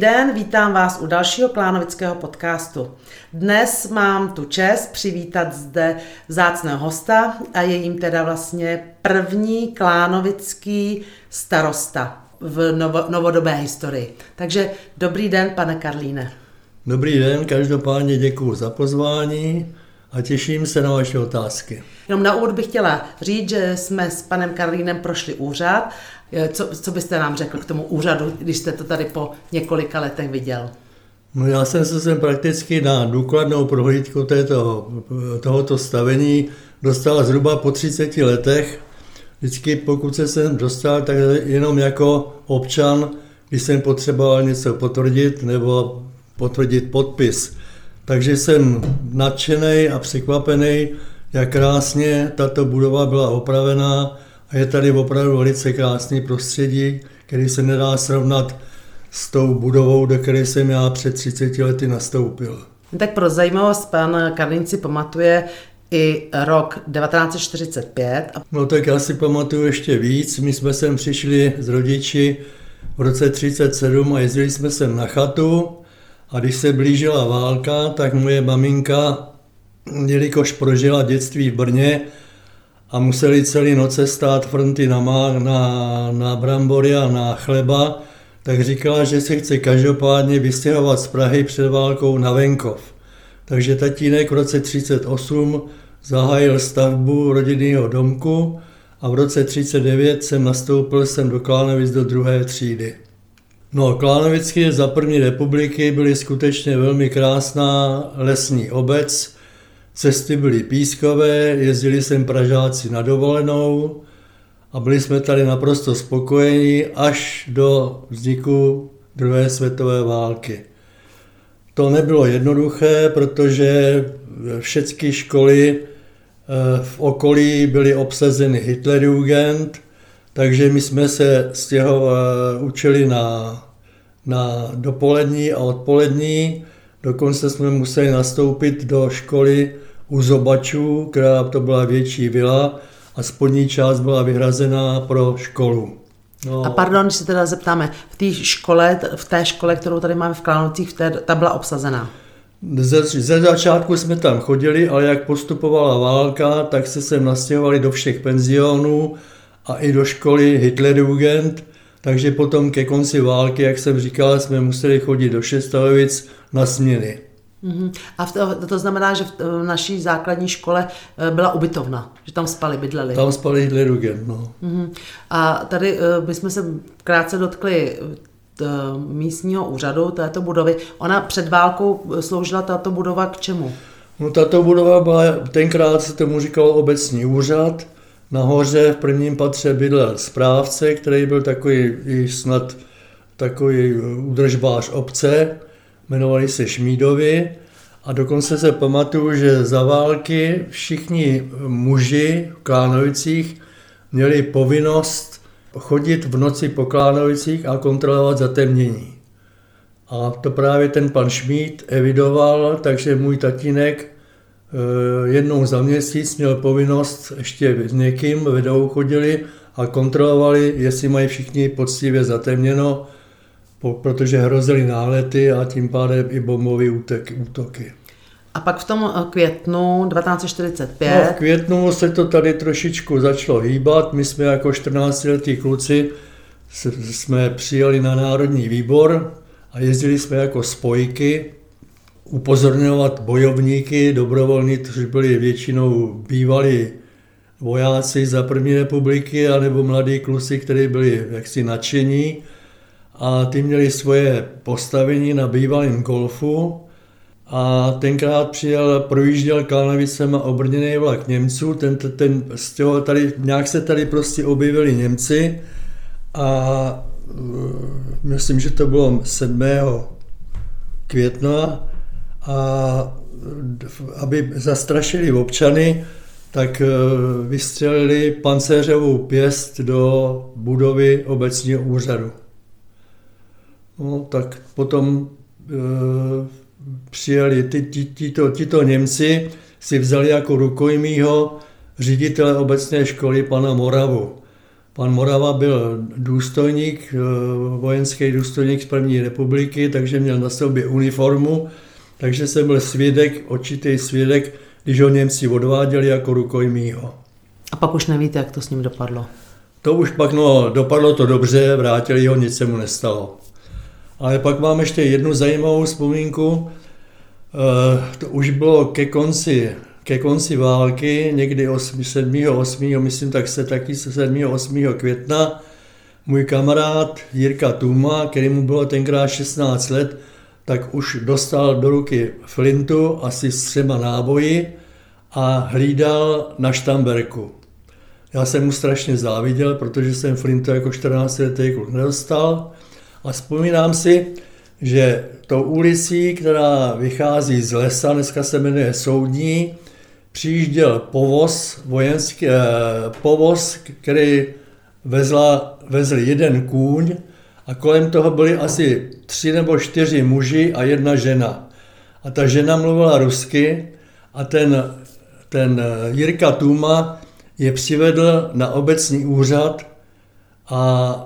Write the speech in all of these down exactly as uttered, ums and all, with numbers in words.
den, vítám vás u dalšího klánovického podcastu. Dnes mám tu čest přivítat zde vzácného hosta a je jím teda vlastně první klánovický starosta v novo, novodobé historii. Takže dobrý den, pane Karlíne. Dobrý den, každopádně děkuji za pozvání a těším se na vaše otázky. Jenom na úvod bych chtěla říct, že jsme s panem Karlínem prošli úřad. Co, co byste nám řekl k tomu úřadu, když jste to tady po několika letech viděl? No já jsem se sem prakticky na důkladnou prohlídku této, tohoto stavení dostal zhruba po třiceti letech. Vždycky pokud se sem dostal, tak jenom jako občan, když jsem potřeboval něco potvrdit nebo potvrdit podpis. Takže jsem nadšený a překvapený, jak krásně tato budova byla opravená a je tady opravdu velice krásný prostředí, který se nedá srovnat s tou budovou, do které jsem já před třiceti lety nastoupil. Tak pro zajímavost, pan Karlín si pamatuje i rok devatenáct set čtyřicet pět. No tak já si pamatuju ještě víc. My jsme sem přišli s rodiči v roce třicet sedm a jezdili jsme sem na chatu. A když se blížila válka, tak moje maminka, jelikož prožila dětství v Brně a museli celý noce stát fronty na, má, na, na brambory a na chleba, tak říkala, že se chce každopádně vystěhovat z Prahy před válkou na venkov. Takže tatínek v roce třicet osm zahájil stavbu rodinného domku a v roce třicet devět jsem nastoupil sem do Klánovic do druhé třídy. No, Klánovicky za první republiky byly skutečně velmi krásná lesní obec, cesty byly pískové, jezdili sem Pražáci na dovolenou a byli jsme tady naprosto spokojení až do vzniku druhé světové války. To nebylo jednoduché, protože všechny školy v okolí byly obsazeny Hitlerjugend, takže my jsme se z těho učili na, na dopolední a odpolední, dokonce jsme museli nastoupit do školy u Zobačů, která to byla větší vila a spodní část byla vyhrazená pro školu. No. A pardon, když se teda zeptáme, v té škole, v té škole, kterou tady máme v Klánovicích, ta byla obsazená? Ze, ze začátku jsme tam chodili, ale jak postupovala válka, tak se sem nastěhovali do všech penzionů a i do školy Hitlerjugend, takže potom ke konci války, jak jsem říkal, jsme museli chodit do Šestalovic na směny. Uhum. A to, to znamená, že v naší základní škole byla ubytovna, že tam spali, bydleli. Tam spali Hitlerjugend, no. Uhum. A tady my jsme se krátce dotkli místního úřadu této budovy. Ona před válkou sloužila tato budova k čemu? No tato budova byla, tenkrát se tomu říkalo obecní úřad. Nahoře v prvním patře bydlel správce, který byl takový snad takový údržbář obce, jmenovali se Šmídovi a dokonce se pamatuju, že za války všichni muži v Klánovicích měli povinnost chodit v noci po Klánovicích a kontrolovat zatemnění. A to právě ten pan Šmíd evidoval, takže můj tatínek jednou za měsíc měl povinnost ještě s někým, vedou chodili a kontrolovali, jestli mají všichni poctivě zatemněno, protože hrozily nálety a tím pádem i bombové útoky. A pak v tom květnu devatenáct set čtyřicet pět... No, v květnu se to tady trošičku začalo hýbat. My jsme jako čtrnáctiletí kluci jsme přijeli na Národní výbor a jezdili jsme jako spojky upozorňovat bojovníky, dobrovolní, kteří byli většinou bývalí vojáci za první republiky, anebo mladí kluci, kteří byli jaksi nadšení a ty měli svoje postavení na bývalém golfu a tenkrát přijel, projížděl Klánovicema obrněný vlak Němců, ten, ten, z toho tady, nějak se tady prostě objevili Němci a myslím, že to bylo sedmého května a aby zastrašili občany, tak vystřelili pancéřovou pěst do budovy obecního úřadu. No, tak potom e, přijeli ty, ty, tyto, tyto Němci, si vzali jako rukojmího ředitele obecné školy pana Moravu. Pan Morava byl důstojník, vojenský důstojník z první republiky, takže měl na sobě uniformu, takže jsem byl svědek, očitý svědek, když ho Němci odváděli jako rukojmího. A pak už nevíte, jak to s ním dopadlo? To už pak, no, dopadlo to dobře, vrátili ho, nic se mu nestalo. Ale pak mám ještě jednu zajímavou vzpomínku. E, to už bylo ke konci, ke konci války, někdy sedmého osmého myslím tak se taky sedmého osmého května. Můj kamarád Jirka Tuma, který mu bylo tenkrát šestnáct let, tak už dostal do ruky flintu asi s třema náboji a hlídal na Štamberku. Já jsem mu strašně záviděl, protože jsem flintu jako čtrnáctiletý kluk nedostal. A vzpomínám si, že tou ulicí, která vychází z lesa, dneska se jmenuje Soudní, přijížděl povoz, vojenský eh, povoz, který vezla, vezl jeden kůň a kolem toho byli asi tři nebo čtyři muži a jedna žena. A ta žena mluvila rusky a ten, ten Jirka Tuma je přivedl na obecní úřad a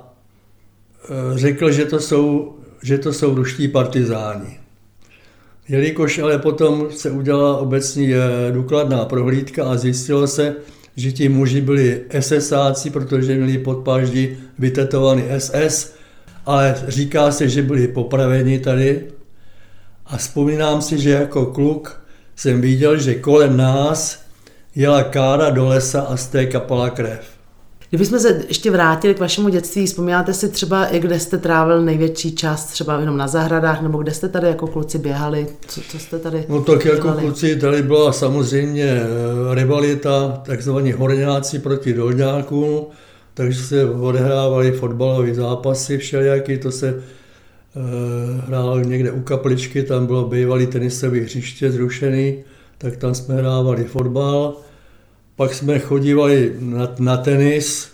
řekl, že to jsou, že to jsou ruští partizáni. Jelikož ale potom se udělala obecní důkladná prohlídka a zjistilo se, že ti muži byli esesáci, protože měli pod páždí vytetovaný es es, ale říká se, že byli popraveni tady. A vzpomínám si, že jako kluk jsem viděl, že kolem nás jela kára do lesa a z té kapala krev. Kdybychom se ještě vrátili k vašemu dětství, vzpomínáte si třeba, kde jste trávil největší část, třeba jenom na zahradách, nebo kde jste tady jako kluci běhali? Co, co jste tady No tak dělali? jako kluci tady byla samozřejmě rivalita, takzvaní horňáci proti dolňákům, takže se odehrávali fotbalové zápasy všelijaký, to se eh, hrálo někde u kapličky, tam bylo bývalý tenisové hřiště zrušený, tak tam jsme hrávali fotbal. Pak jsme chodívali na, na tenis.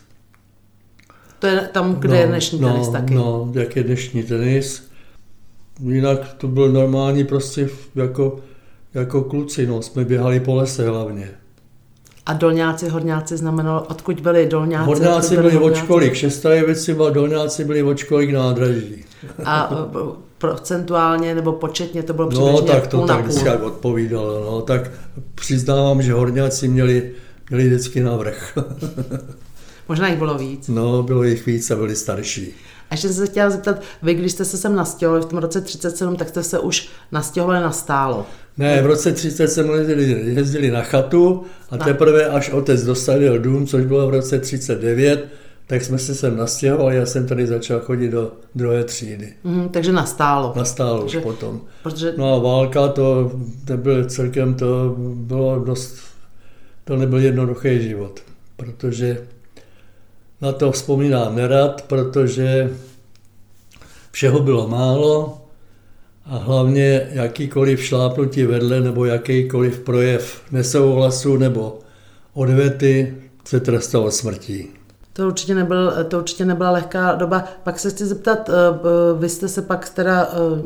To je tam, kde no, je dnešní no, tenis taky. No, jak je dnešní tenis. Jinak to byl normální prostě jako, jako kluci, no, jsme běhali po lese hlavně. A dolňáci, horňáci znamenalo, odkud byli dolňáci? Horňáci byli od školik, Šestajevici, a dolňáci byli od školik nádraží. A procentuálně nebo početně to bylo no, přibližně tak to půl na tak půl? vždycky odpovídalo, no, tak přiznávám, že horňáci měli, měli vždycky navrch. Možná jich bylo víc. No, bylo jich víc a byli starší. A ještě jsem se chtěla zeptat, vy když jste se sem nastěhovali v tom roce třicet sedm, tak jste se už nastěhovali nastálo. Ne, v roce třicet sedm jezdili, jezdili na chatu a na. teprve až otec dostavil dům, což bylo v roce třicet devět, tak jsme se sem nastěhovali a jsem tady začal chodit do druhé třídy. Mm, takže nastálo. Nastálo už potom. Protože... No a válka, to, to byl celkem, to bylo dost, to nebyl jednoduchý život, protože na to vzpomínám nerad, protože všeho bylo málo a hlavně jakýkoliv šlápnutí vedle nebo jakýkoliv projev nesouhlasu nebo odvety se trestalo smrtí. To určitě, nebyl, to určitě nebyla lehká doba. Pak se chci zeptat, vy jste se pak teda,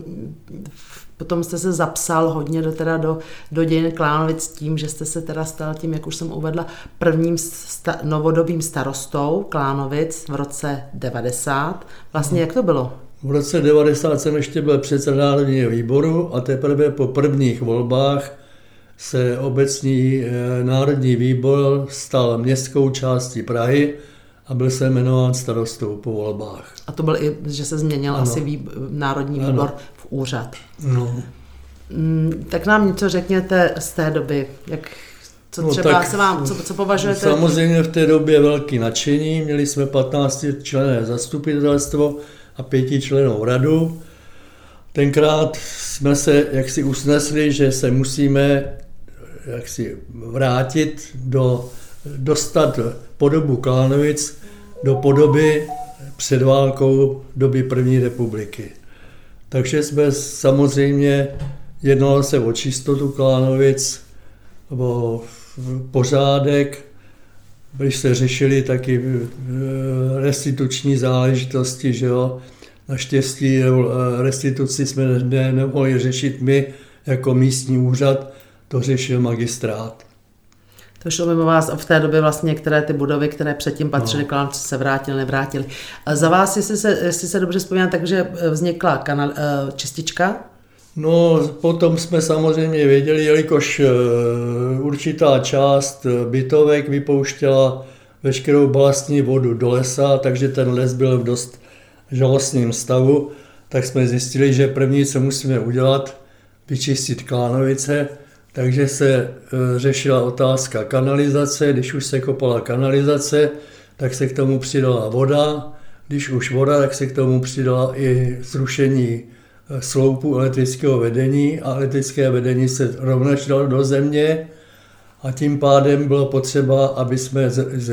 potom jste se zapsal hodně do, teda do, do dějin Klánovic tím, že jste se teda stal tím, jak už jsem uvedla, prvním sta, novodobým starostou Klánovic v roce devadesát. Vlastně jak to bylo? V roce devadesát jsem ještě byl předseda Národního výboru a teprve po prvních volbách se obecní Národní výbor stal městskou částí Prahy a byl jsem jmenován starostou po volbách. A to byl i, že se změnil ano. asi výb, Národní výbor ano. v úřad. No. Tak nám něco řekněte z té doby, jak, co no, třeba se vám, co, co považujete? Samozřejmě v té době velký nadšení, měli jsme patnáctičlenné zastupitelstvo a pětičlennou radu. Tenkrát jsme se jaksi usnesli, že se musíme jaksi vrátit do, dostat podobu Klánovic do podoby před válkou doby první republiky. Takže jsme samozřejmě, jednalo se o čistotu Klánovic, o pořádek, když se řešili taky restituční záležitosti, že jo. Naštěstí restituci jsme ne, nemohli řešit my jako místní úřad, to řešil magistrát. To šlo mimo vás v té době vlastně, které ty budovy, které předtím patřily no. Klánovci, se vrátily, nevrátily. Za vás, jestli se, jestli se dobře vzpomínám, takže vznikla kanal, čistička? No, potom jsme samozřejmě věděli, jelikož určitá část bytovek vypouštěla veškerou balastní vodu do lesa, takže ten les byl v dost žalostném stavu, tak jsme zjistili, že první, co musíme udělat, vyčistit Klánovice, takže se řešila otázka kanalizace. Když už se kopala kanalizace, tak se k tomu přidala voda. Když už voda, tak se k tomu přidala i zrušení sloupu elektrického vedení a elektrické vedení se rovněž dalo do země a tím pádem bylo potřeba, aby jsme z, z,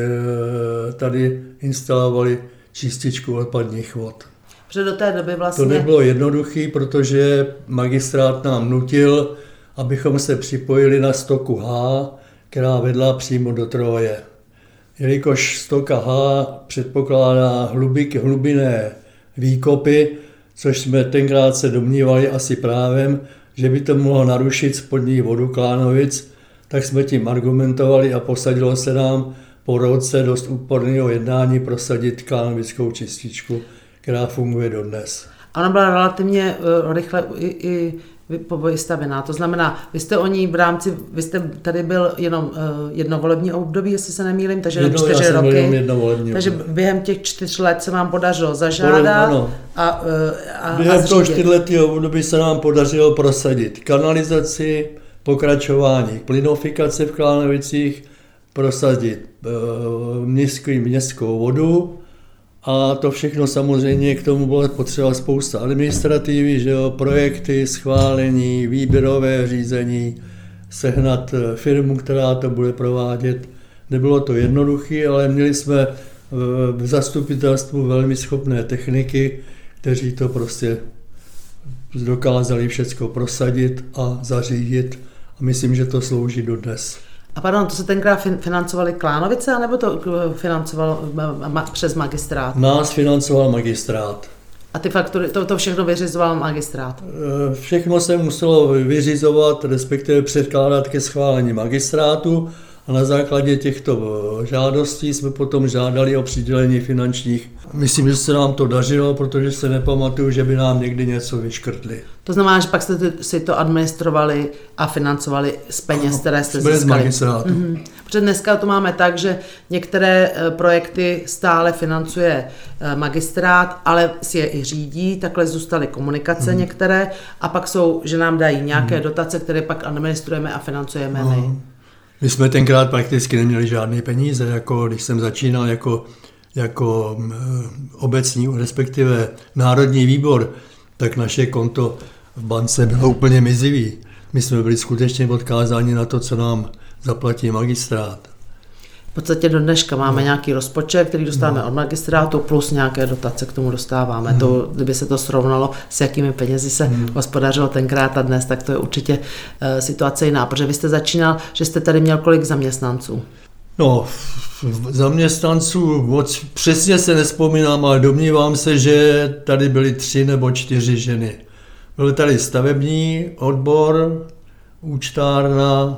tady instalovali čističku odpadních vod. Protože do té doby vlastně... To nebylo jednoduché, protože magistrát nám nutil, abychom se připojili na stoku H, která vedla přímo do Troje. Jelikož stoka H předpokládá hlubik, hlubinné výkopy, což jsme tenkrát se domnívali asi právem, že by to mohlo narušit spodní vodu Klánovic, tak jsme tím argumentovali a posadilo se nám po roce dost úporného jednání prosadit klánovickou čističku, která funguje dodnes. Ona byla relativně uh, rychle i, i vystavená, to znamená, vy jste o ní v rámci, vy jste tady byl jenom uh, jedno volební období, jestli se nemýlím, takže jenom čtyři roky, takže období. Během těch čtyř let se vám podařilo zažádat ano. a, uh, a Během a toho čtyřletého období se nám podařilo prosadit kanalizaci, pokračování plynofikace v Klánovicích, prosadit uh, městskou, městskou vodu, a to všechno samozřejmě k tomu bylo potřeba spousta administrativy, že jo, projekty, schválení, výběrové řízení, sehnat firmu, která to bude provádět. Nebylo to jednoduché, ale měli jsme v zastupitelstvu velmi schopné techniky, kteří to prostě dokázali všechno prosadit a zařídit. A myslím, že to slouží dodnes. A pardon, to se tenkrát financovaly Klánovice, anebo to financovalo přes magistrát? Nás financoval magistrát. A ty faktury, to, to všechno vyřizoval magistrát? Všechno se muselo vyřizovat, respektive předkládat ke schválení magistrátu a na základě těchto žádostí jsme potom žádali o přidělení finančních. Myslím, že se nám to dařilo, protože se nepamatuju, že by nám někdy něco vyškrtli. To znamená, že pak jste si to administrovali a financovali z peněz, které jste získali. Z magistrátu. Mm-hmm. Protože dneska to máme tak, že některé projekty stále financuje magistrát, ale si je i řídí, takhle zůstaly komunikace mm. některé a pak jsou, že nám dají nějaké mm. dotace, které pak administrujeme a financujeme no. my. My jsme tenkrát prakticky neměli žádné peníze, jako když jsem začínal jako, jako obecní, respektive národní výbor, tak naše konto v bance bylo úplně mizivý. My jsme byli skutečně odkázáni na to, co nám zaplatí magistrát. V podstatě do dneška máme no. nějaký rozpočet, který dostáváme no. od magistrátu, plus nějaké dotace k tomu dostáváme. Mm. To, kdyby se to srovnalo, s jakými penězi se mm. hospodařilo tenkrát a dnes, tak to je určitě uh, situace jiná. Protože vy jste začínal, že jste tady měl kolik zaměstnanců? No, zaměstnanců moc přesně se nevzpomínám, ale domnívám se, že tady byly tři nebo čtyři ženy. Byl tady stavební odbor, účtárna,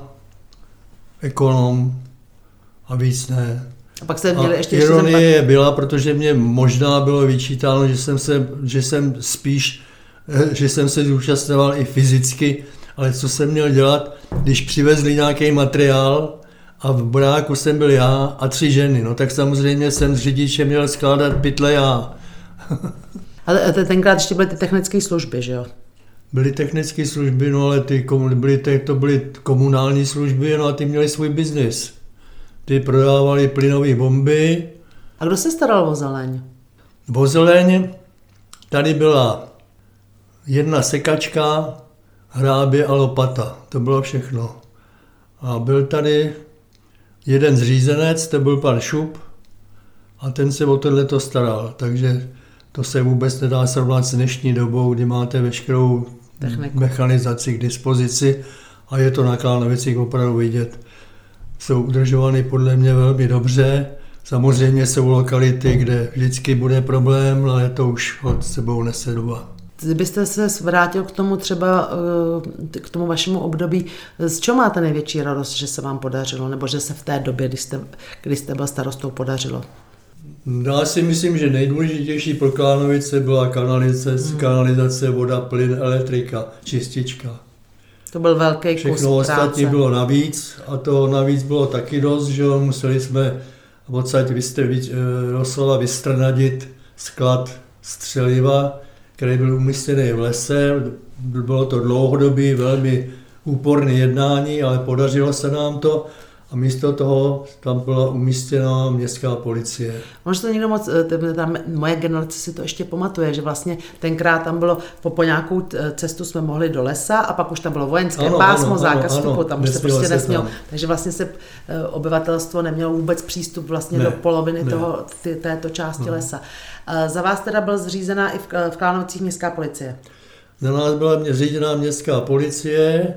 ekonom, a víc ne. A pak jste měli a ještě... ironie ještě pak... byla, protože mě možná bylo vyčítáno, že jsem, se, že jsem spíš, že jsem se zúčastňoval i fyzicky, ale co jsem měl dělat, když přivezli nějaký materiál a v baráku jsem byl já a tři ženy, no tak samozřejmě jsem s řidičem měl skládat pytle já. Ale tenkrát ještě byly ty technické služby, že jo? Byly technické služby, no ale ty, byly, to byly komunální služby, no a ty měli svůj biznis. Ty prodávali plynové bomby. A kdo se staral o zeleň? O zeleň tady byla jedna sekačka, hrábě a lopata. To bylo všechno. A byl tady jeden zřízenec, to byl pan Šup, a ten se o tohleto staral. Takže to se vůbec nedá srovnat s dnešní dobou, kdy máte veškerou techniku, mechanizaci k dispozici a je to na Klánovicích opravdu vidět. Jsou udržovány podle mě velmi dobře. Samozřejmě jsou lokality, kde vždycky bude problém, ale to už od sebou nese doba. Kdybyste se vrátil k tomu třeba, k tomu vašemu období, z čeho máte největší radost, že se vám podařilo, nebo že se v té době, kdy jste, kdy jste byl starostou, podařilo? Já si myslím, že nejdůležitější pro Klánovice byla kanalizace, hmm. kanalizace, voda, plyn, elektrika, čistička. To byl velký kus Všechno práce. ostatní bylo navíc a to navíc bylo taky dost, že museli jsme odsaď doslova vystrnadit sklad střeliva, který byl umístěný v lese. Bylo to dlouhodobý, velmi úporné jednání, ale podařilo se nám to. A místo toho tam byla umístěna městská policie. Možná to někdo moc, tam, moje generace si to ještě pamatuje, že vlastně tenkrát tam bylo, po, po nějakou cestu jsme mohli do lesa a pak už tam bylo vojenské ano, pásmo, ano, zákaz ano, vstupu, tam už se prostě nesmělo. Takže vlastně se obyvatelstvo nemělo vůbec přístup vlastně ne, do poloviny ne. toho, ty, této části no. lesa. Za vás teda byla zřízená i v, v Klánovicích městská policie? Za nás byla zřízená městská policie.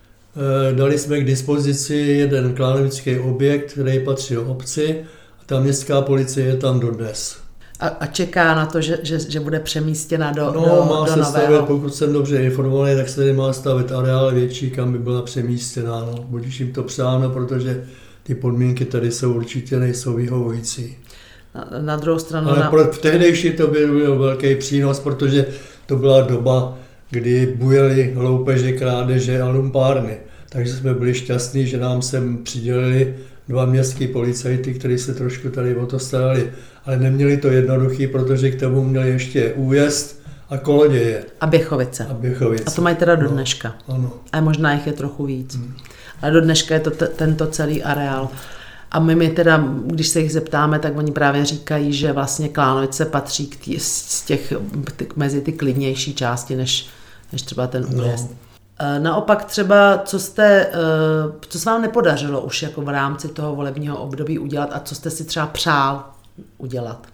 Dali jsme k dispozici jeden klánovický objekt, který patřil obci a ta městská policie je tam dodnes. A, a čeká na to, že, že, že bude přemístěna do, no, do, má do se nového? Stavět, pokud jsem dobře informovaný, tak se tady má stavit areál větší, kam by byla přemístěna. No, budíš jim to přáno, protože ty podmínky tady jsou určitě nejsou vyhovující. Na, na druhou stranu... Ale na... v tehdejší to byl velký přínos, protože to byla doba, kdy bujely loupeže, krádeže a lumpárny. Takže jsme byli šťastní, že nám sem přidělili dva městský policajty, kteří se trošku tady o to starali. Ale neměli to jednoduchý, protože k tomu měli ještě Újezd a Koloděje. A Běchovice. A Běchovice. A to mají teda do dneška. No, ano. A možná jich je trochu víc. Hmm. Ale do dneška je to t- tento celý areál. A my, my teda, když se jich zeptáme, tak oni právě říkají, že vlastně Klánovice patří k tý, z těch, t- mezi ty klidnější části, než, než třeba ten Újezd. No. Naopak třeba, co jste, co se vám nepodařilo už jako v rámci toho volebního období udělat a co jste si třeba přál udělat?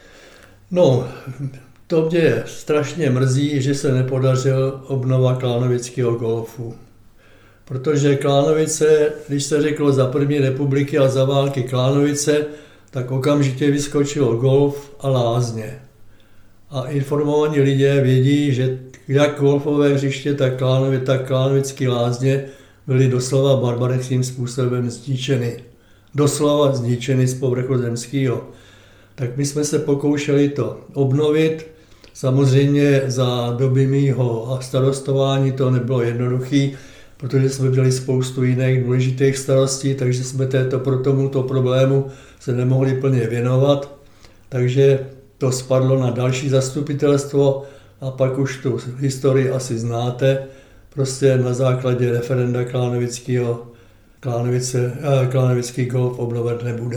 No, to mě strašně mrzí, že se nepodařil obnova klánovického golfu. Protože Klánovice, když se řeklo za první republiky a za války Klánovice, tak okamžitě vyskočilo golf a lázně. A informovaní lidé vědí, že jak golfové hřiště, tak, klánovi, tak klánovické lázně byly doslova barbarickým způsobem zničeny. Doslova zničeny z povrchu zemského. Tak my jsme se pokoušeli to obnovit. Samozřejmě za doby mýho starostování to nebylo jednoduché, protože jsme měli spoustu jiných důležitých starostí, takže jsme této, pro tomuto problému se nemohli plně věnovat. Takže to spadlo na další zastupitelstvo a pak už tu historii asi znáte. Prostě na základě referenda Klánovického Klánovice, eh, Klánovický golf obnoven nebude.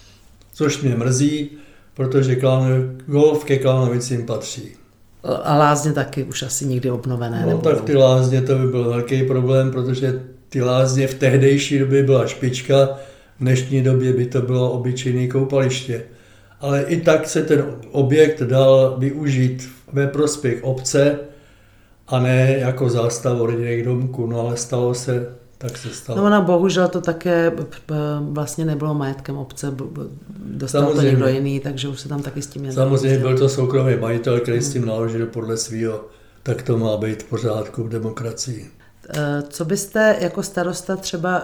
Což mě mrzí, protože Klánovic, golf ke Klánovicím patří. A lázně taky už asi nikdy obnovené no, nebudou. Tak ty lázně to by byl velký problém, protože ty lázně v tehdejší době byla špička, v dnešní době by to bylo obyčejné koupaliště. Ale i tak se ten objekt dal využít ve prospěch obce a ne jako zástavu rodinných domků, no ale stalo se, tak se stalo. No, no bohužel to také vlastně nebylo majetkem obce, dostal Samozřejmě. to někdo jiný, takže už se tam taky s tím jen... Samozřejmě byl to soukromý majitel, který s tím naložil podle svého, tak to má být v pořádku v demokracii. Co byste jako starosta třeba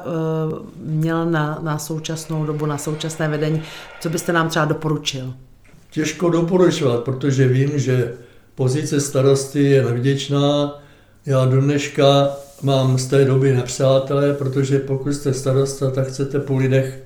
měl na, na současnou dobu, na současné vedení, co byste nám třeba doporučil? Těžko doporučovat, protože vím, že pozice starosty je nevděčná. Já do dneška mám z té doby nepřátelé, protože pokud jste starosta, tak chcete po lidech,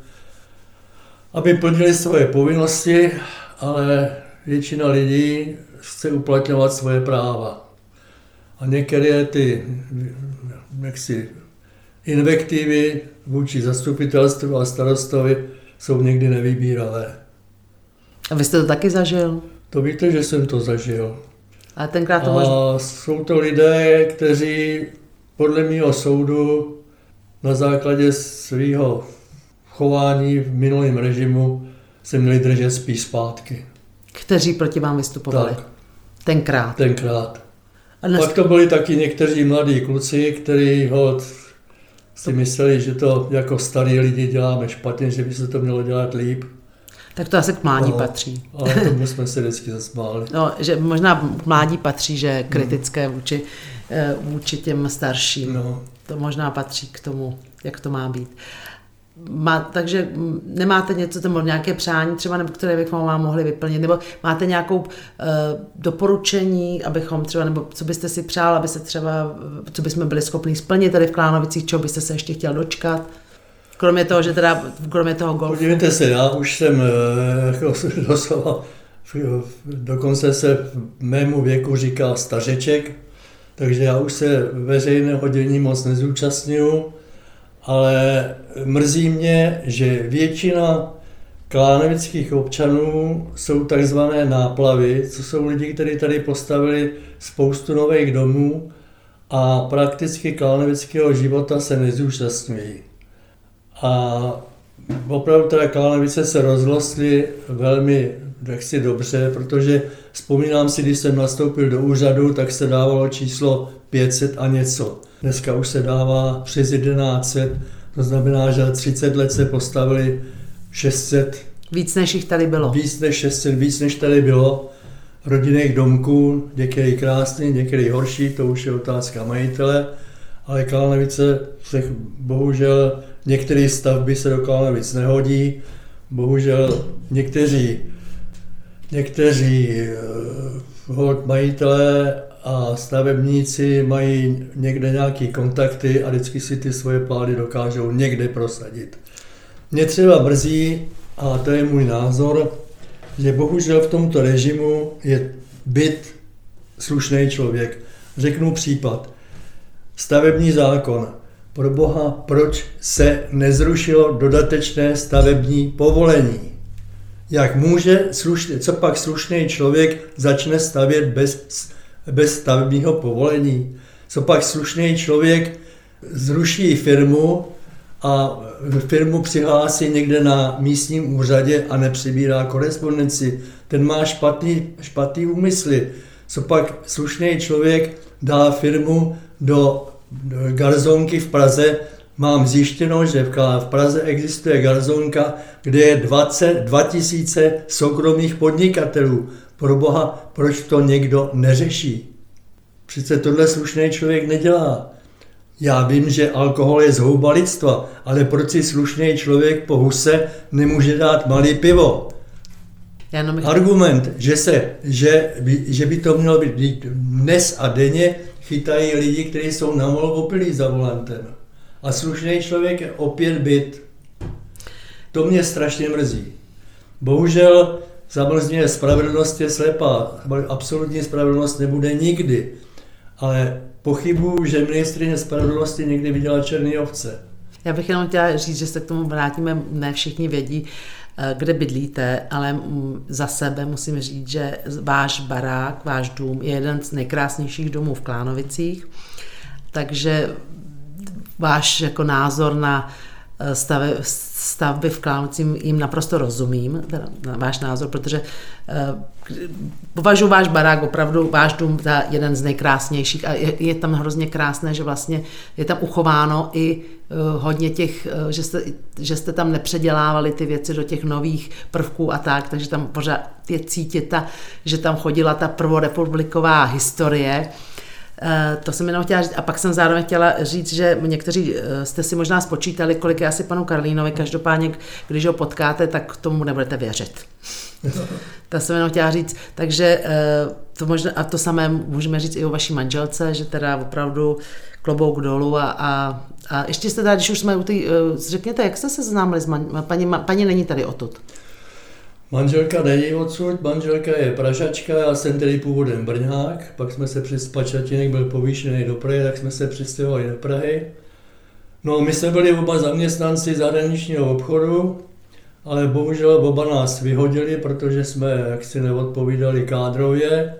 aby plnili svoje povinnosti, ale většina lidí chce uplatňovat svoje práva. A některé ty jaksi, invektivy vůči zastupitelstvu a starostovi jsou někdy nevybíravé. A vy jste to taky zažil? To víte, že jsem to zažil. A tenkrát to a možná... jsou to lidé, kteří podle mého soudu na základě svého chování v minulém režimu se měli držet spíš zpátky. Kteří proti vám vystupovali? Tak. Tenkrát? Tenkrát. A dnes... Pak to byli taky někteří mladí kluci, kteří ho si mysleli, že to jako starý lidi děláme špatně, že by se to mělo dělat líp. Tak to asi k mládí no, patří. Ale tomu jsme se vždycky zasmáli. No, že možná k mládí patří, že je kritické vůči, vůči těm starším. No. To možná patří k tomu, jak to má být. Má, takže nemáte něco, nebo nějaké přání třeba, nebo které bychom vám mohli vyplnit, nebo máte nějakou uh, doporučení, abychom třeba, nebo co byste si přál, aby se třeba, co bychom byli schopni splnit tady v Klánovicích, čeho byste se ještě chtěl dočkat? Kromě toho, že teda, kromě toho golfu. Podívejte se, já už jsem jako, doslova, dokonce se mému věku říká stařeček, takže já už se veřejného dění moc nezúčastňuju, ale mrzí mě, že většina klánovických občanů jsou takzvané náplavy, co jsou lidi, kteří tady postavili spoustu nových domů a prakticky klánovického života se nezúčastňují. A opravdu teda Klánovice se rozrostly velmi jaksi dobře, protože vzpomínám si, když jsem nastoupil do úřadu, tak se dávalo číslo pět set a něco. Dneska už se dává přes jedenáct set, to znamená, že za třicet let se postavili šest set. Víc než jich tady bylo. Víc než šest set, víc než tady bylo rodinných domků, některý krásný, některý horší, to už je otázka majitele, ale Klánovice se bohužel některé stavby se do Klánovic nehodí, bohužel někteří, někteří uh, majitelé a stavebníci mají někde nějaké kontakty a vždycky si ty svoje plány dokážou někde prosadit. Mě třeba mrzí, a to je můj názor, že bohužel v tomto režimu je byt slušný člověk. Řeknu případ. Stavební zákon. Pro boha, proč se nezrušilo dodatečné stavební povolení? Jak může slušný, co pak slušný člověk začne stavět bez, bez stavebního povolení? Co pak slušný člověk zruší firmu a firmu přihlásí někde na místním úřadě a nepřibírá korespondenci? Ten má špatný, špatný úmysly. Co pak slušný člověk dá firmu do garzonky v Praze? Mám zjištěno, že v Praze existuje garzonka, kde je dvacet dva tisíce soukromých podnikatelů. Pro boha, proč to někdo neřeší? Přece tohle slušný člověk nedělá. Já vím, že alkohol je zhouba lidstva, ale proč si slušný člověk po huse nemůže dát malý pivo? Bych... Argument, že, se, že, by, že by to mělo být dnes a denně, chytají lidi, kteří jsou namol opilí za volantem. A slušný člověk je opět byt. To mě strašně mrzí. Bohužel samozřejmě spravedlnost je slepá. Absolutní spravedlnost nebude nikdy. Ale pochybuju, že ministryně spravedlnosti někdy viděla černý ovce. Já bych jenom chtěla říct, že se k tomu vrátíme, ne všichni vědí, kde bydlíte, ale za sebe musím říct, že váš barák, váš dům je jeden z nejkrásnějších domů v Klánovicích, takže váš jako názor na stavy, stavby v Klánovicích jim naprosto rozumím, teda váš názor, protože považuji váš barák opravdu, váš dům za jeden z nejkrásnějších a je, je tam hrozně krásné, že vlastně je tam uchováno i hodně těch, že jste, že jste tam nepředělávali ty věci do těch nových prvků a tak, takže tam pořád je cítit, ta, že tam chodila ta prvorepubliková historie. To jsem jenom chtěla říct. A pak jsem zároveň chtěla říct, že někteří jste si možná spočítali, kolik je asi panu Karlínovi, každopádně, když ho potkáte, tak tomu nebudete věřit. To jsem jenom chtěla říct. Takže to možná, a to samé můžeme říct i o vaší manželce, že teda opravdu klobouk dolů a, a, a ještě jste tady, když už jsme u té, řekněte, jak jste se seznámili s man, paní, paní není tady odtud. Manželka není odsud, manželka je Pražačka, já jsem tedy původem Brňák, pak jsme se přes Pačatinek byl povýšený do Prahy, tak jsme se přistěhovali do Prahy. No, my jsme byli oba zaměstnanci zahraničního obchodu, ale bohužel oba nás vyhodili, protože jsme jaksi neodpovídali kádrově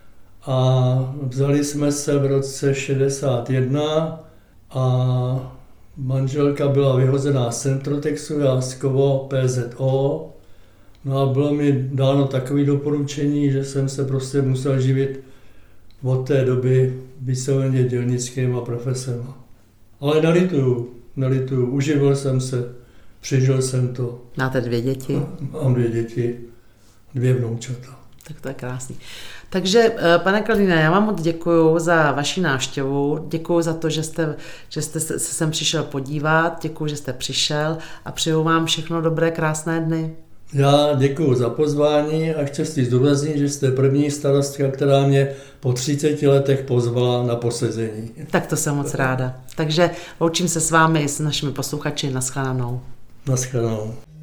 a vzali jsme se v roce šedesát jedna a manželka byla vyhozená z Centrotexu, já z Kovo P Z O. No a bylo mi dáno takové doporučení, že jsem se prostě musel živit od té doby víceméně dělnickýma profesema. Ale nelituju, nelituju, uživil jsem se, přežil jsem to. Máte dvě děti? Mám dvě děti, dvě vnoučata. Tak to je krásný. Takže, pane Kladine, já vám moc děkuju za vaši návštěvu, děkuju za to, že jste, že jste se sem přišel podívat, děkuju, že jste přišel a přeju vám všechno dobré, krásné dny. Já děkuju za pozvání a chci si zdůraznit, že jste první starostka, která mě po třiceti letech pozvala na posezení. Tak to jsem moc ráda. Takže loučím se s vámi i s našimi posluchači. Naschledanou. Naschledanou.